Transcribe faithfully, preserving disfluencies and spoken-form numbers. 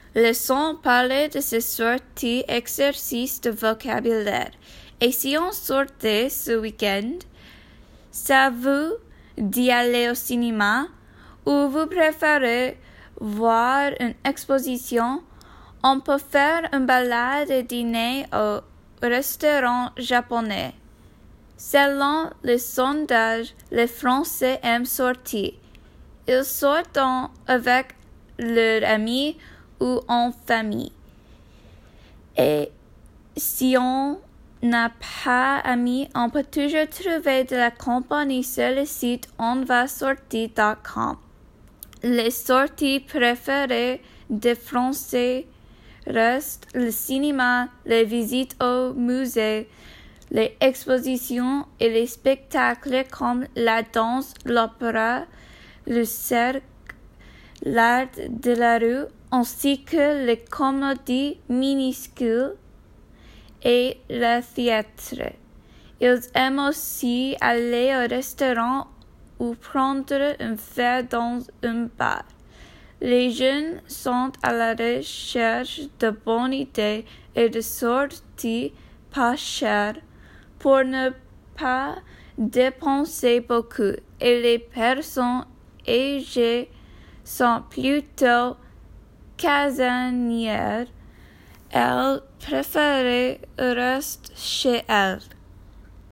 Laissons parler de ces sorties exercices de vocabulaire. Et si on sortait ce week-end, ça vous dit aller au cinéma ou vous préférez voir une exposition? On peut faire une balade et dîner au restaurant japonais. Selon le sondage, les Français aiment sortir. Ils sortent avec leurs amis ou en famille. Et si on n'a pas amis, on peut toujours trouver de la compagnie sur le site on va sortir point com. Les sorties préférées des Français restent le cinéma, les visites au musée, les expositions et les spectacles comme la danse, l'opéra, le cirque, l'art de la rue, ainsi que les comédies minuscules et le théâtre. Ils aiment aussi aller au restaurant ou prendre un verre dans un bar. Les jeunes sont à la recherche de bonnes idées et de sorties pas chères pour ne pas dépenser beaucoup, et les personnes âgées sont plutôt casanières. Elles préfèrent rester chez elles.